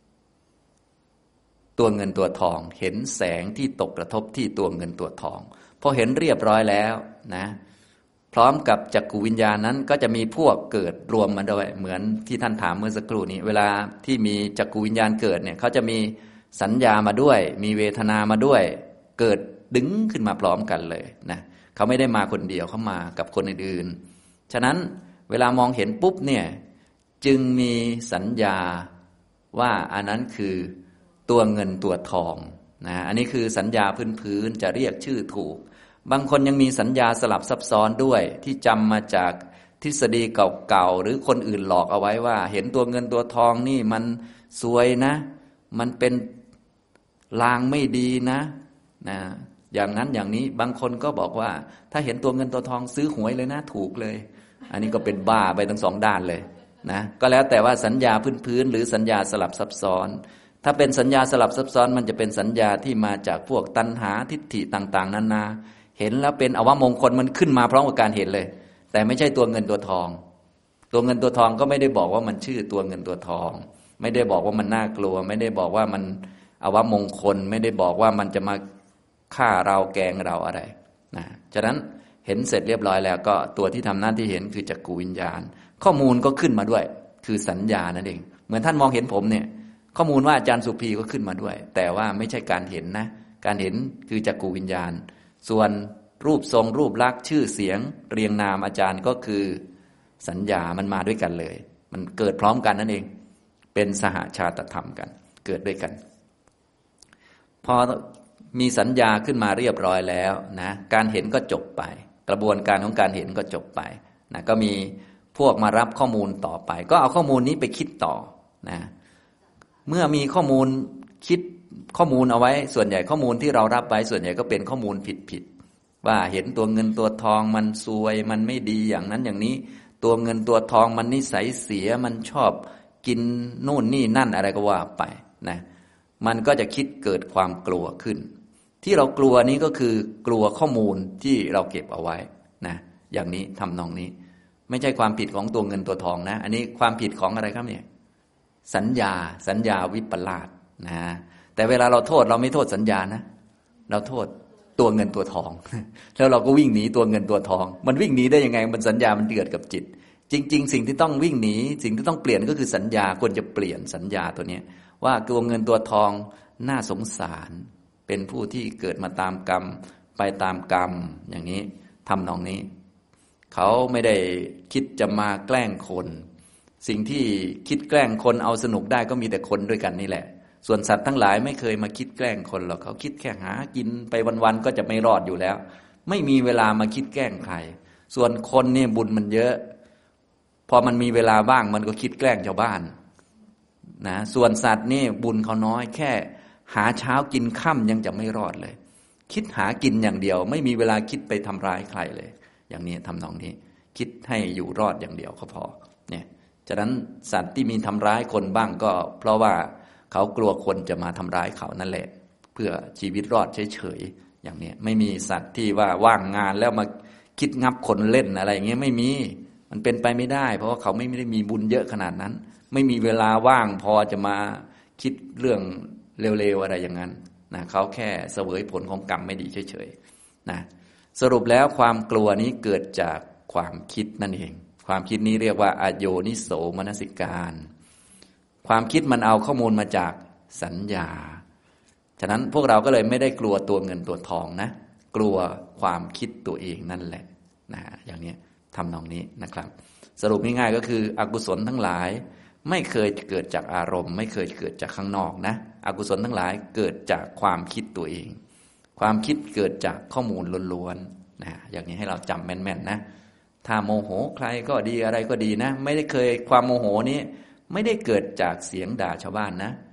ตัวเงินตัวทองเห็นแสงที่ตกกระทบที่ตัวเงินตัวทองพอเห็นเรียบร้อยแล้วนะพร้อมกับจักขุวิญญาณนั้นก็จะมีพวกเกิดรวมมาด้วยเหมือนที่ท่านถามเมื่อสักครู่นี้เวลาที่มีจักขุวิญญาณเกิดเนี่ยเขาจะมีสัญญามาด้วยมีเวทนามาด้วยเกิดดึงขึ้นมาพร้อมกันเลยนะเขาไม่ได้มาคนเดียวเขามากับคนอื่นๆฉะนั้นเวลามองเห็นปุ๊บเนี่ยจึงมีสัญญาว่าอันนั้นคือตัวเงินตัวทองนะอันนี้คือสัญญาพื้นๆจะเรียกชื่อถูกบางคนยังมีสัญญาสลับซับซ้อนด้วยที่จำมาจากทฤษฎีเก่าๆหรือคนอื่นหลอกเอาไว้ว่าเห็นตัวเงินตัวทองนี่มันซวยนะมันเป็นลางไม่ดีนะนะอย่างนั้นอย่างนี้บางคนก็บอกว่าถ้าเห็นตัวเงินตัวทองซื้อหวยเลยนะถูกเลยอันนี้ก็เป็นบ้าไปทั้งสองด้านเลยนะก็แล้วแต่ว่าสัญญาพื้นๆหรือสัญญาสลับซับซ้อนถ้าเป็นสัญญาสลับซับซ้อนมันจะเป็นสัญญาที่มาจากพวกตัณหาทิฏฐิต่างๆนานาเห็นแล้วเป็นอวมงคลมันขึ้นมาพร้อมกับการเห็นเลยแต่ไม่ใช่ตัวเงินตัวทองตัวเงินตัวทองก็ไม่ได้บอกว่ามันชื่อตัวเงินตัวทองไม่ได้บอกว่ามันน่ากลัวไม่ได้บอกว่ามันอวมงคลไม่ได้บอกว่ามันจะมาฆ่าเราแกล้งเราอะไรนะฉะนั้นเห็นเสร็จเรียบร้อยแล้วก็ตัวที่ทำหน้าที่เห็นคือจักขุวิญญาณข้อมูลก็ขึ้นมาด้วยคือสัญญานั่นเองเหมือนท่านมองเห็นผมเนี่ยข้อมูลว่าอาจารย์สุภีก็ขึ้นมาด้วยแต่ว่าไม่ใช่การเห็นนะการเห็นคือจักขุวิญญาณส่วนรูปทรงรูปลักษณ์ชื่อเสียงเรียงนามอาจารย์ก็คือสัญญามันมาด้วยกันเลยมันเกิดพร้อมกันนั่นเองเป็นสหชาตธรรมกันเกิดด้วยกันพอมีสัญญาขึ้นมาเรียบร้อยแล้วนะการเห็นก็จบไปกระบวนการของการเห็นก็จบไปนะก็มีพวกมารับข้อมูลต่อไปก็เอาข้อมูลนี้ไปคิดต่อนะเมื่อมีข้อมูลคิดข้อมูลเอาไว้ส่วนใหญ่ข้อมูลที่เรารับไว้ส่วนใหญ่ก็เป็นข้อมูลผิดๆว่าเห็นตัวเงินตัวทองมันซวยมันไม่ดีอย่างนั้นอย่างนี้ตัวเงินตัวทองมันนิสัยเสียมันชอบกินนู่นนี่นั่นอะไรก็ว่าไปนะมันก็จะคิดเกิดความกลัวขึ้นที่เรากลัวนี้ก็คือกลัวข้อมูลที่เราเก็บเอาไว้นะอย่างนี้ทำนองนี้ไม่ใช่ความผิดของตัวเงินตัวทองนะอันนี้ความผิดของอะไรครับเนี่ยสัญญาสัญญาวิปลาสนะแต่เวลาเราโทษเราไม่โทษสัญญานะเราโทษตัวเงินตัวทองแล้วเราก็วิ่งหนีตัวเงินตัวทองมันวิ่งหนีได้ยังไงมันสัญญามันเดือดกับจิตจริงๆสิ่งที่ต้องวิ่งหนีสิ่งที่ต้องเปลี่ยนก็คือสัญญาควรจะเปลี่ยนสัญญาตัวนี้ว่าตัวเงินตัวทองน่าสงสารเป็นผู้ที่เกิดมาตามกรรมไปตามกรรมอย่างนี้ทำนองนี้เขาไม่ได้คิดจะมาแกล้งคนสิ่งที่คิดแกล้งคนเอาสนุกได้ก็มีแต่คนด้วยกันนี่แหละส่วนสัตว์ทั้งหลายไม่เคยมาคิดแกล้งคนหรอกเขาคิดแค่หากินไปวันๆก็จะไม่รอดอยู่แล้วไม่มีเวลามาคิดแกล้งใครส่วนคนนี่บุญมันเยอะพอมันมีเวลาบ้างมันก็คิดแกล้งชาวบ้านนะส่วนสัตว์นี่บุญเขาน้อยแค่หาเช้ากินค่ำยังจะไม่รอดเลยคิดหากินอย่างเดียวไม่มีเวลาคิดไปทำร้ายใครเลยอย่างนี้ทำนองนี้คิดให้อยู่รอดอย่างเดียวก็พอเนี่ยฉะนั้นสัตว์ที่มีทำร้ายคนบ้างก็เพราะว่าเขากลัวคนจะมาทำร้ายเขานั่นแหละเพื่อชีวิตรอดเฉยๆอย่างนี้ไม่มีสัตว์ที่ว่าว่างงานแล้วมาคิดงับคนเล่นอะไรอย่างเงี้ยไม่มีมันเป็นไปไม่ได้เพราะว่าเขาไม่ได้มีบุญเยอะขนาดนั้นไม่มีเวลาว่างพอจะมาคิดเรื่องเร็วๆอะไรอย่างนั้นนะเขาแค่เสวยผลของกรรมไม่ดีเฉยๆนะสรุปแล้วความกลัวนี้เกิดจากความคิดนั่นเองความคิดนี้เรียกว่าอโยนิโสมนสิการความคิดมันเอาข้อมูลมาจากสัญญาฉะนั้นพวกเราก็เลยไม่ได้กลัวตัวเงินตัวทองนะกลัวความคิดตัวเองนั่นแหละนะอย่างนี้ทำนองนี้นะครับสรุปง่ายๆก็คืออกุศลทั้งหลายไม่เคยเกิดจากอารมณ์ไม่เคยเกิดจากข้างนอกนะอกุศลทั้งหลายเกิดจากความคิดตัวเองความคิดเกิดจากข้อมูลล้วนๆนะอย่างนี้ให้เราจำแม่นๆนะถ้าโมโหใครก็ดีอะไรก็ดีนะไม่ได้เคยความโมโหนี้ไม่ได้เกิดจากเสียงด่าชาวบ้านนะ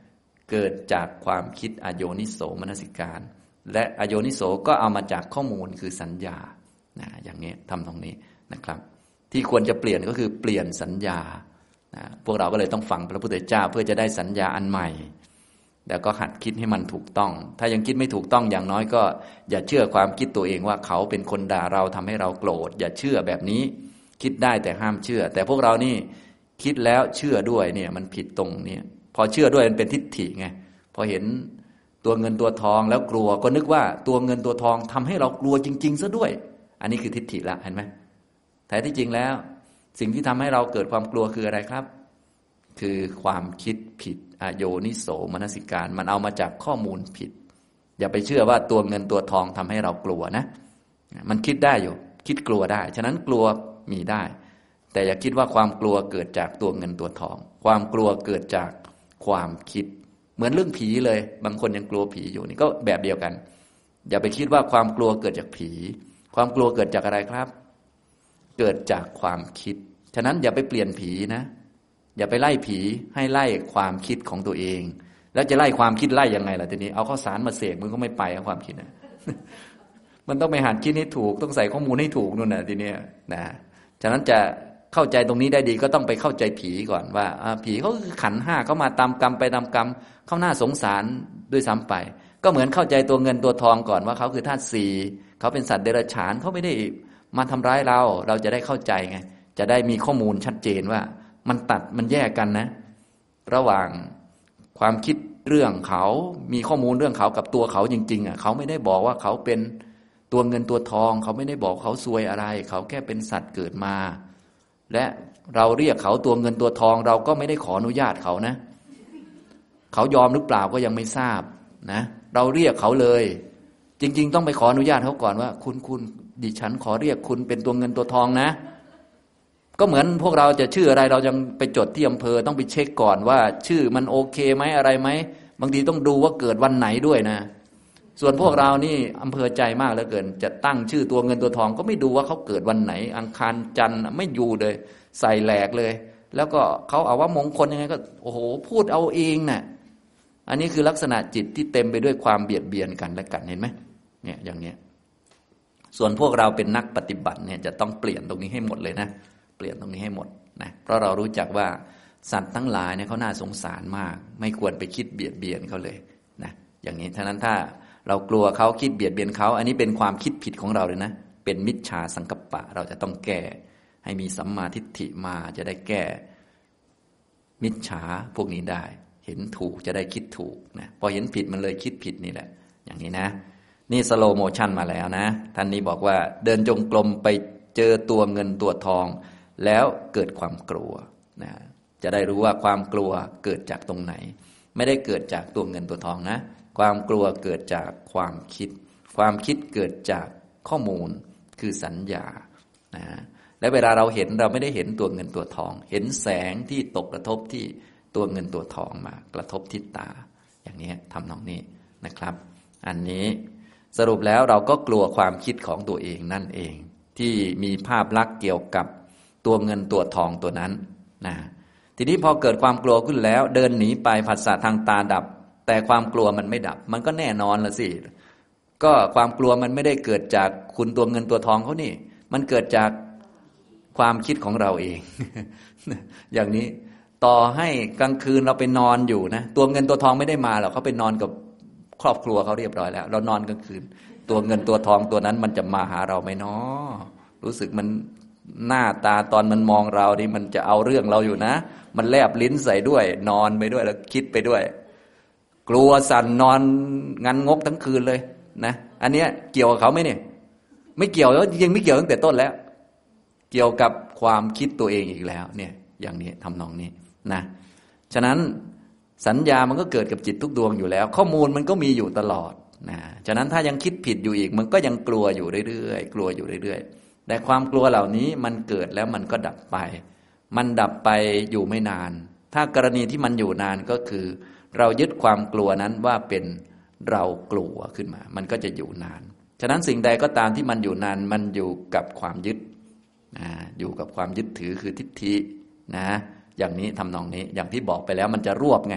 เกิดจากความคิดอโยนิโสมนสิการ และอโยนิโสก็เอามาจากข้อมูลคือสัญญานะอย่างนี้ทำตรงนี้นะครับที่ควรจะเปลี่ยนก็คือเปลี่ยนสัญญานะพวกเราก็เลยต้องฟังพระพุทธเจ้าเพื่อจะได้สัญญาอันใหม่แล้วก็หัดคิดให้มันถูกต้องถ้ายังคิดไม่ถูกต้องอย่างน้อยก็อย่าเชื่อความคิดตัวเองว่าเขาเป็นคนด่าเราทำให้เราโกรธอย่าเชื่อแบบนี้คิดได้แต่ห้ามเชื่อแต่พวกเรานี่คิดแล้วเชื่อด้วยเนี่ยมันผิดตรงนี้พอเชื่อด้วยมันเป็นทิฏฐิไงพอเห็นตัวเงินตัวทองแล้วกลัวก็นึกว่าตัวเงินตัวทองทำให้เรากลัวจริงๆซะด้วยอันนี้คือทิฏฐิละเห็นไหมแต่ที่จริงแล้วสิ่งที่ทำให้เราเกิดความกลัวคืออะไรครับคือความคิดผิดอโยนิโสมนสิการมันเอามาจากข้อมูลผิดอย่าไปเชื่อว่าตัวเงินตัวทองทำให้เรากลัวนะมันคิดได้อยู่คิดกลัวได้ฉะนั้นกลัวมีได้แต่อย่าคิดว่าความกลัวเกิดจากตัวเงินตัวทองความกลัวเกิดจากความคิดเหมือนเรื่องผีเลยบางคนยังกลัวผีอยู่นี่ก็แบบเดียวกันอย่าไปคิดว่าความกลัวเกิดจากผีความกลัวเกิดจากอะไรครับเกิดจากความคิดฉะนั้นอย่าไปเปลี่ยนผีนะอย่าไปไล่ผีให้ไล่ความคิดของตัวเองแล้วจะไล่ความคิดไล่ยังไงล่ะทีนี้เอาข้าวสารมาเสกมันก็ไม่ไปเอาความคิดนะ มันต้องไปหัดคิดให้ถูกต้องใส่ข้อมูลให้ถูกนู่นน่ะทีนี้นะฉะนั้นจะเข้าใจตรงนี้ได้ดีก็ต้องไปเข้าใจผีก่อนว่าผีเขาคือขันธ์ห้าเขามาตามกรรมไปตามกรรมเขาน่าสงสารด้วยซ้ำไปก็เหมือนเข้าใจตัวเงินตัวทองก่อนว่าเขาคือธาตุสี่เขาเป็นสัตว์เดรัจฉานเขาไม่ได้มาทำร้ายเราเราจะได้เข้าใจไงจะได้มีข้อมูลชัดเจนว่ามันตัดมันแยกกันนะระหว่างความคิดเรื่องเขามีข้อมูลเรื่องเขากับตัวเขาจริงๆอ่ะเขาไม่ได้บอกว่าเขาเป็นตัวเงินตัวทองเขาไม่ได้บอกเขาซวยอะไรเขาแค่เป็นสัตว์เกิดมาและเราเรียกเขาตัวเงินตัวทองเราก็ไม่ได้ขออนุญาตเขานะเขายอมหรือเปล่าก็ยังไม่ทราบนะเราเรียกเขาเลยจริงๆต้องไปขออนุญาตเขาก่อนว่าคุณคุณดิฉันขอเรียกคุณเป็นตัวเงินตัวทองนะก็เหมือนพวกเราจะชื่ออะไรเรายังไปจดที่อำเภอต้องไปเช็คก่อนว่าชื่อมันโอเคไหมอะไรไหมบางทีต้องดูว่าเกิดวันไหนด้วยนะส่วนพวกเรานี่อำเภอใจมากเหลือเกินจะตั้งชื่อตัวเงินตัวทองก็ไม่ดูว่าเขาเกิดวันไหนอังคารจันทร์ไม่อยู่เลยใส่แหลกเลยแล้วก็เขาเอาว่ามงคลยังไงก็โอ้โหพูดเอาเองน่ะอันนี้คือลักษณะจิตที่เต็มไปด้วยความเบียดเบียนกันและกันเห็นไหมเนี่ยอย่างเนี้ยส่วนพวกเราเป็นนักปฏิบัติเนี่ยจะต้องเปลี่ยนตรงนี้ให้หมดเลยนะเปลี่ยนตรงนี้ให้หมดนะเพราะเรารู้จักว่าสัตว์ทั้งหลายเนี่ยเขาน่าสงสารมากไม่ควรไปคิดเบียดเบียนเขาเลยนะอย่างนี้ฉะนั้นถ้าเรากลัวเขาคิดเบียดเบียนเขาอันนี้เป็นความคิดผิดของเราเลยนะเป็นมิจฉาสังกัปปะเราจะต้องแก้ให้มีสัมมาทิฏฐิมาจะได้แก้มิจฉาพวกนี้ได้เห็นถูกจะได้คิดถูกนะพอเห็นผิดมันเลยคิดผิดนี่แหละอย่างนี้นะนี่สโลโมชันมาแล้วนะท่านนี้บอกว่าเดินจงกรมไปเจอตัวเงินตัวทองแล้วเกิดความกลัวนะจะได้รู้ว่าความกลัวเกิดจากตรงไหนไม่ได้เกิดจากตัวเงินตัวทองนะความกลัวเกิดจากความคิดความคิดเกิดจากข้อมูลคือสัญญานะและเวลาเราเห็นเราไม่ได้เห็นตัวเงินตัวทองเห็นแสงที่ตกกระทบที่ตัวเงินตัวทองมากระทบที่ตาอย่างนี้ทำนองนี้นะครับอันนี้สรุปแล้วเราก็กลัวความคิดของตัวเองนั่นเองที่มีภาพลักษณ์เกี่ยวกับตัวเงินตัวทองตัวนั้นนะทีนี้พอเกิดความกลัวขึ้นแล้วเดินหนีไปผัสสะทางตาดับแต่ความกลัวมันไม่ดับมันก็แน่นอนละสิก็ความกลัวมันไม่ได้เกิดจากคุณตัวเงินตัวทองเขานี่มันเกิดจากความคิดของเราเอง อย่างนี้ต่อให้กลางคืนเราไปนอนอยู่นะตัวเงินตัวทองไม่ได้มาหรอกเขาไปนอนกับครอบครัวเขาเรียบร้อยแล้วเรานอนกลางคืนตัวเงินตัวทองตัวนั้นมันจะมาหาเราไหมเนาะรู้สึกมันหน้าตาตอนมันมองเรานี่มันจะเอาเรื่องเราอยู่นะมันแลบลิ้นใส่ด้วยนอนไปด้วยแล้วคิดไปด้วยกลัวสั่นนอนงันงกทั้งคืนเลยนะอันเนี้ยเกี่ยวกับเขาไหมเนี่ยไม่เกี่ยวแล้วจริงๆไม่เกี่ยวตั้งแต่ต้นแล้วเกี่ยวกับความคิดตัวเองอีกแล้วเนี่ยอย่างนี้ทำนองนี้นะฉะนั้นสัญญามันก็เกิดกับจิตทุกดวงอยู่แล้วข้อมูลมันก็มีอยู่ตลอดนะฉะนั้นถ้ายังคิดผิดอยู่อีกมันก็ยังกลัวอยู่เรื่อยๆกลัวอยู่เรื่อยๆแต่ความกลัวเหล่านี้มันเกิดแล้วมันก็ดับไปมันดับไปอยู่ไม่นานถ้ากรณีที่มันอยู่นานก็คือเรายึดความกลัวนั้นว่าเป็นเรากลัวขึ้นมามันก็จะอยู่นานฉะนั้นสิ่งใดก็ตามที่มันอยู่นานมันอยู่กับความยึดนะอยู่กับความยึดถือคือทิฏฐินะอย่างนี้ทำนองนี้อย่างที่บอกไปแล้วมันจะรวบไง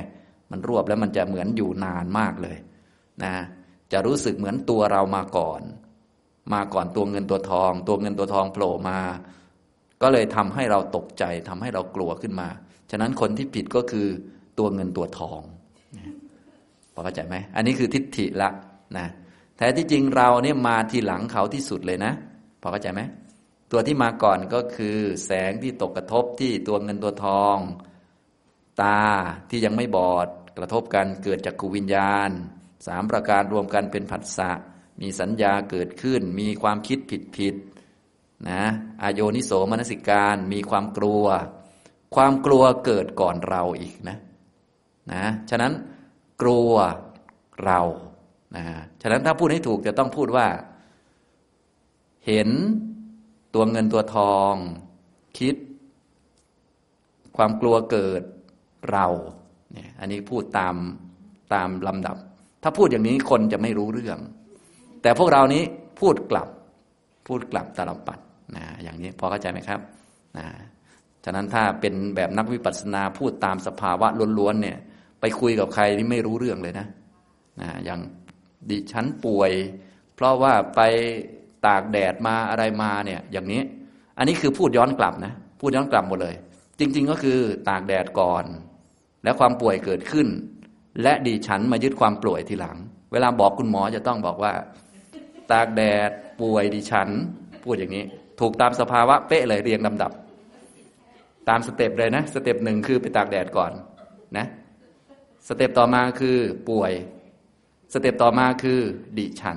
มันรวบแล้วมันจะเหมือนอยู่นานมากเลยนะจะรู้สึกเหมือนตัวเรามาก่อนมาก่อนตัวเงินตัวทองตัวเงินตัวทองโผล่มาก็เลยทำให้เราตกใจทำให้เรากลัวขึ้นมาฉะนั้นคนที่ผิดก็คือตัวเงินตัวทองพอเข้าใจไหมอันนี้คือทิฏฐิละนะแท้ที่จริงเราเนี่ยมาทีหลังเขาที่สุดเลยนะพอเข้าใจไหมตัวที่มาก่อนก็คือแสงที่ตกกระทบที่ตัวเงินตัวทองตาที่ยังไม่บอดกระทบกันเกิดจักขุวิญญาณสามประการรวมกันเป็นผัสสะมีสัญญาเกิดขึ้นมีความคิดผิดผิดนะอโยนิโสมนสิการมีความกลัวความกลัวเกิดก่อนเราอีกนะนะฉะนั้นกลัวเรานะฉะนั้นถ้าพูดให้ถูกจะต้องพูดว่าเห็นตัวเงินตัวทองคิดความกลัวเกิดเราเนี่ยอันนี้พูดตามตามลำดับถ้าพูดอย่างนี้คนจะไม่รู้เรื่องแต่พวกเรานี้พูดกลับพูดกลับตลปัดนะอย่างนี้พอเข้าใจไหมครับนะฉะนั้นถ้าเป็นแบบนักวิปัสสนาพูดตามสภาวะล้วนๆเนี่ยไปคุยกับใครนี่ไม่รู้เรื่องเลยนะนะอย่างดิฉันป่วยเพราะว่าไปตากแดดมาอะไรมาเนี่ยอย่างนี้อันนี้คือพูดย้อนกลับนะพูดย้อนกลับหมดเลยจริงๆก็คือตากแดดก่อนแล้วความป่วยเกิดขึ้นและดิฉันมายึดความป่วยทีหลังเวลาบอกคุณหมอจะต้องบอกว่าตากแดดป่วยดิฉันพูดอย่างนี้ถูกตามสภาวะเป๊ะเลยเรียงลำดับตามสเต็ปเลยนะสเต็ปหนึ่งคือไปตากแดดก่อนนะสเต็ปต่อมาคือป่วยสเต็ปต่อมาคือดิฉัน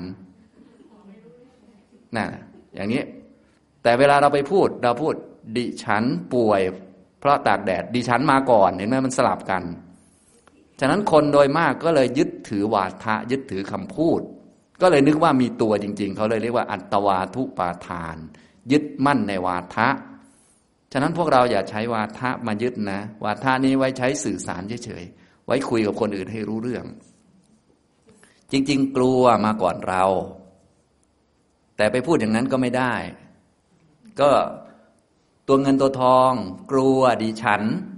นะอย่างนี้แต่เวลาเราไปพูดเราพูดดิฉันป่วยเพราะตากแดดดิฉันมาก่อนเห็นไหมมันสลับกันฉะนั้นคนโดยมากก็เลยยึดถือวาทะยึดถือคำพูดก็เลยนึกว่ามีตัวจริงๆเขาเลยเรียกว่าอัตตวาทุปาทานยึดมั่นในวาทะฉะนั้นพวกเราอย่าใช้วาทะมายึดนะวาทะนี้ไว้ใช้สื่อสารเฉยๆไว้คุยกับคนอื่นให้รู้เรื่องจริงๆกลัวมาก่อนเราแต่ไปพูดอย่างนั้นก็ไม่ได้ก็ตัวเงินตัวทองกลัวดิฉัน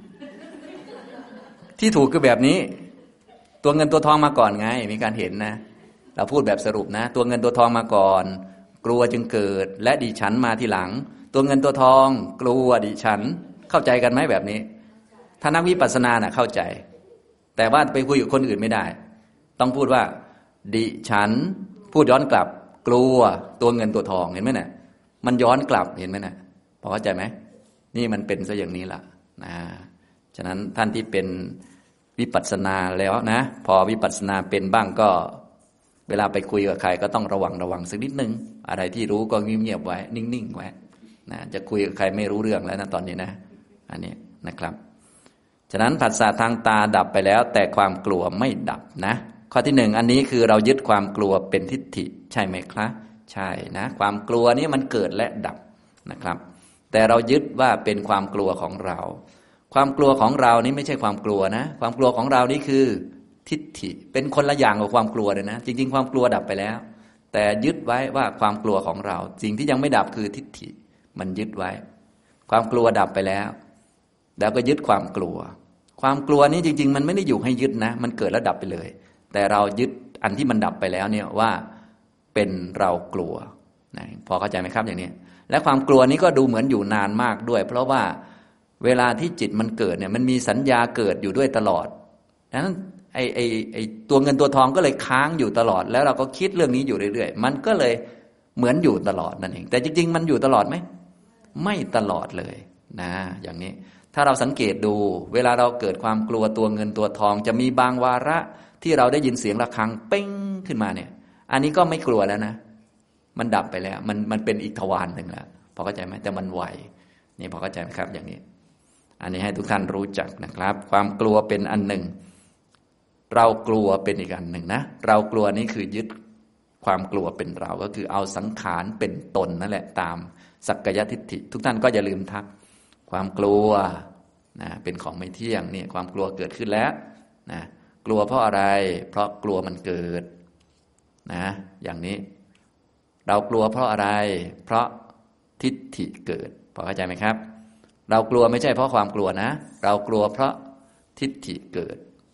ที่ถูกคือแบบนี้ตัวเงินตัวทองมาก่อนไงมีการเห็นนะเราพูดแบบสรุปนะตัวเงินตัวทองมาก่อนกลัวจึงเกิดและดิฉันมาทีหลังตัวเงินตัวทองกลัวดิฉันเข้าใจกันไหมแบบนี้ถ้านักวิปัสสนาน่ะเข้าใจแต่ว่าไปคุยกับคนอื่นไม่ได้ต้องพูดว่าดิฉันพูดย้อนกลับกลัวตัวเงินตัวทองเห็นไหมเนี่ยมันย้อนกลับเห็นไหมเนี่ยพอเข้าใจไหมนี่มันเป็นซะอย่างนี้ล่ะนะฉะนั้นท่านที่เป็นวิปัสสนาแล้วนะพอวิปัสสนาเป็นบ้างก็เวลาไปคุยกับใครก็ต้องระวังระวังสักนิดนึงอะไรที่รู้ก็เงียบๆไว้นิ่งๆไว้นะจะคุยกับใครไม่รู้เรื่องแล้วนะตอนนี้นะอันนี้นะครับฉะนั้นผัสสะทางตาดับไปแล้วแต่ความกลัวไม่ดับนะข้อที่หนึ่งอันนี้คือเรายึดความกลัวเป็นทิฏฐิใช่ไหมครับใช่นะความกลัวนี้มันเกิดและดับนะครับแต่เรายึดว่าเป็นความกลัวของเราความกลัวของเรานี้ไม่ใช่ความกลัวนะความกลัวของเรานี้คือทิฏฐิเป็นคนละอย่างกับความกลัวเลยนะจริงๆความกลัวดับไปแล้วแต่ยึดไว้ว่าความกลัวของเราสิ่งที่ยังไม่ดับคือทิฏฐิมันยึดไว้ความกลัวดับไปแล้วแล้วก็ยึดความกลัวความกลัวนี้จริงๆมันไม่ได้อยู่ให้ยึดนะมันเกิดแล้วดับไปเลยแต่เรายึดอันที่มันดับไปแล้วเนี่ยว่าเป็นเรากลัวนะพอเข้าใจไหมครับอย่างนี้และความกลัวนี้ก็ดูเหมือนอยู่นานมากด้วยเพราะว่าเวลาที่จิตมันเกิดเนี่ยมันมีสัญญาเกิดอยู่ด้วยตลอดดังนั้นไอ้ไอ้ไอ้ตัวเงินตัวทองก็เลยค้างอยู่ตลอดแล้วเราก็คิดเรื่องนี้อยู่เรื่อยๆมันก็เลยเหมือนอยู่ตลอดนั่นเองแต่จริงๆมันอยู่ตลอดไหมไม่ตลอดเลยนะอย่างนี้ถ้าเราสังเกตดูเวลาเราเกิดความกลัวตัวเงินตัวทองจะมีบางวาระที่เราได้ยินเสียงระฆังเป้งขึ้นมาเนี่ยอันนี้ก็ไม่กลัวแล้วนะมันดับไปแล้วมันมันเป็นอีกทวารหนึ่งแล้วพอเข้าใจไหมแต่มันไวนี่พอเข้าใจไหมครับอย่างนี้อันนี้ให้ทุกท่านรู้จักนะครับความกลัวเป็นอันหนึ่งเรากลัวเป็นอีกอันหนึ่งนะเรากลัวนี้คือยึดความกลัวเป็นเราก็คือเอาสังขารเป็นตนนั่นแหละตามสักกายทิฏฐิทุกท่านก็อย่าลืมทักความกลัวนะเป็นของไม่เที่ยงเนี่ยความกลัวเกิดขึ้นแล้วนะกลัวเพราะอะไรเพราะกลัวมันเกิดนะอย่างนี้เรากลัวเพราะอะไรเพราะทิฏฐิเกิดพอเข้าใจไหมครับเรากลัวไม่ใช่เพราะความกลัวนะเรากลัวเพราะทิฏฐิเกิดนะ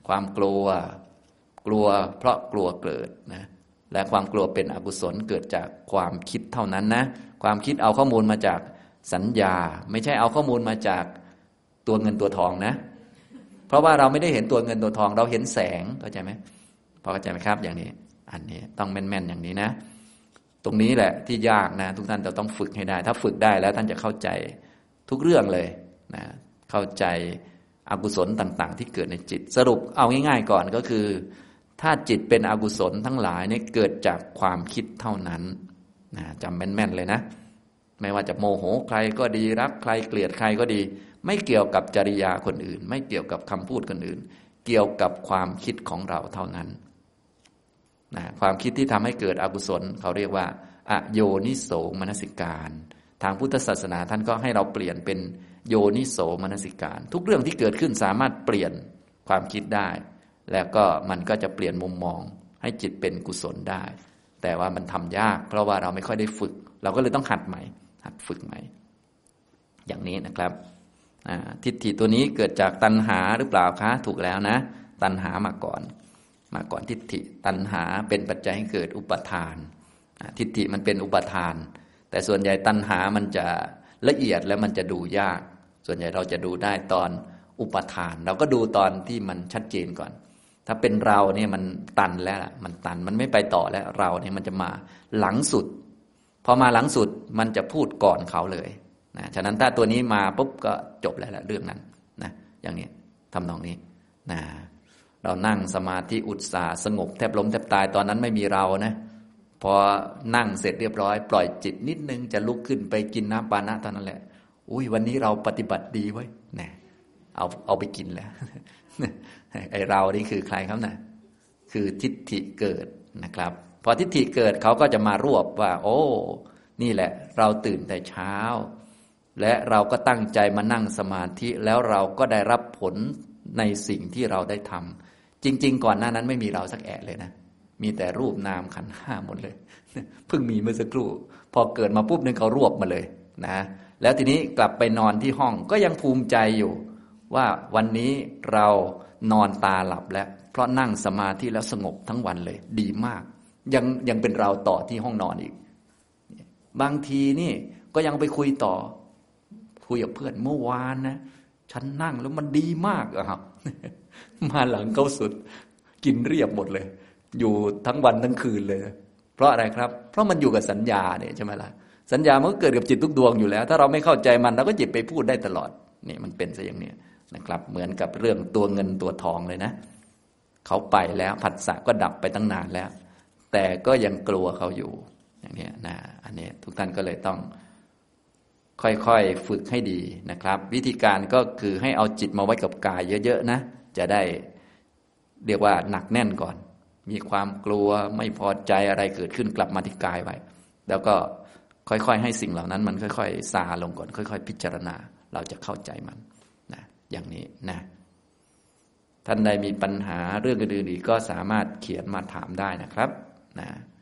ความกลัวกลัวเพราะกลัวเกิดนะและความกลัวเป็นอกุศลเกิดจากความคิดเท่านั้นนะความคิดเอาข้อมูลมาจากสัญญาไม่ใช่เอาข้อมูลมาจากตัวเงินตัวทองนะเพราะว่าเราไม่ได้เห็นตัวเงินตัวทองเราเห็นแสงเข้าใจไหมพอเข้าใจไหมครับอย่างนี้อันนี้ต้องแม่นๆอย่างนี้นะตรงนี้แหละที่ยากนะทุกท่านจะต้องฝึกให้ได้ถ้าฝึกได้แล้วท่านจะเข้าใจทุกเรื่องเลยนะเข้าใจอกุศลต่างๆที่เกิดในจิตสรุปเอาง่ายๆก่อนก็คือถ้าจิตเป็นอกุศลทั้งหลายเนี่ยเกิดจากความคิดเท่านั้นนะจำแม่นๆเลยนะไม่ว่าจะโมโหใครก็ดีรักใครเกลียดใครก็ดีไม่เกี่ยวกับจริยาคนอื่นไม่เกี่ยวกับคำพูดคนอื่นเกี่ยวกับความคิดของเราเท่านั้นนะความคิดที่ทำให้เกิดอกุศลเขาเรียกว่าอโยนิโสมนสิการทางพุทธศาสนาท่านก็ให้เราเปลี่ยนเป็นโยนิโสมนสิการทุกเรื่องที่เกิดขึ้นสามารถเปลี่ยนความคิดได้แล้วก็มันก็จะเปลี่ยนมุมมองให้จิตเป็นกุศลได้แต่ว่ามันทำยากเพราะว่าเราไม่ค่อยได้ฝึกเราก็เลยต้องหัดใหม่หัดฝึกใหม่อย่างนี้นะครับทิฏฐิตัวนี้เกิดจากตัณหาหรือเปล่าคะถูกแล้วนะตัณหามาก่อนมาก่อนทิฏฐิตัณหาเป็นปัจจัยให้เกิดอุปทานทิฏฐิมันเป็นอุปทานแต่ส่วนใหญ่ตัณหามันจะละเอียดแล้วมันจะดูยากส่วนใหญ่เราจะดูได้ตอนอุปทานเราก็ดูตอนที่มันชัดเจนก่อนถ้าเป็นเราเนี่ยมันตันแล้วมันตันมันไม่ไปต่อแล้วเราเนี่ยมันจะมาหลังสุดพอมาหลังสุดมันจะพูดก่อนเขาเลยนะฉะนั้นถ้าตัวนี้มาปุ๊บก็จบแล้วละเรื่องนั้นนะอย่างนี้ทำนองนี้นะเรานั่งสมาธิอุตสาห์สงบแทบล้มแทบตายตอนนั้นไม่มีเรานะพอนั่งเสร็จเรียบร้อยปล่อยจิตนิดนึงจะลุกขึ้นไปกินน้ำปานะเท่านั้นแหละอุ้ยวันนี้เราปฏิบัติดีไว้นะเอาเอาไปกินแล้วไอเรานี่คือใครครับนะคือทิฏฐิเกิดนะครับพอทิฏฐิเกิดเขาก็จะมารวบว่าโอ้นี่แหละเราตื่นแต่เช้าและเราก็ตั้งใจมานั่งสมาธิแล้วเราก็ได้รับผลในสิ่งที่เราได้ทำจริงๆก่อนหน้านั้นไม่มีเราสักแอะเลยนะมีแต่รูปนามขันธ์ห้าหมดเลยเพิ่งมีเมื่อสักครู่พอเกิดมาปุ๊บนึงเขารวบมาเลยนะแล้วทีนี้กลับไปนอนที่ห้องก็ยังภูมิใจอยู่ว่าวันนี้เรานอนตาหลับแล้วเพราะนั่งสมาธิแล้วสงบทั้งวันเลยดีมากยังยังเป็นเราต่อที่ห้องนอนอีกบางทีนี่ก็ยังไปคุยต่อคุยกับเพื่อนเมื่อวานนะฉันนั่งแล้วมันดีมากอะครับมาหลังเขาสุดกินเรียบหมดเลยอยู่ทั้งวันทั้งคืนเลยเพราะอะไรครับเพราะมันอยู่กับสัญญาเนี่ยใช่ไหมล่ะสัญญามันก็เกิดกับจิตทุกดวงอยู่แล้วถ้าเราไม่เข้าใจมันเราก็จิตไปพูดได้ตลอดนี่มันเป็นซะอย่างนี้นะครับเหมือนกับเรื่องตัวเงินตัวทองเลยนะเขาไปแล้วผัสสะก็ดับไปตั้งนานแล้วแต่ก็ยังกลัวเขาอยู่อย่างนี้นะอันนี้ทุกท่านก็เลยต้องค่อยๆฝึกให้ดีนะครับวิธีการก็คือให้เอาจิตมาไว้กับกายเยอะๆนะจะได้เรียกว่าหนักแน่นก่อนมีความกลัวไม่พอใจอะไรเกิดขึ้นกลับมาที่กายไว้แล้วก็ค่อยๆให้สิ่งเหล่านั้นมันค่อยๆซาลงก่อนค่อยๆพิจารณาเราจะเข้าใจมันนะอย่างนี้นะท่านใดมีปัญหาเรื่องอื่นๆอีกก็สามารถเขียนมาถามได้นะครับนะ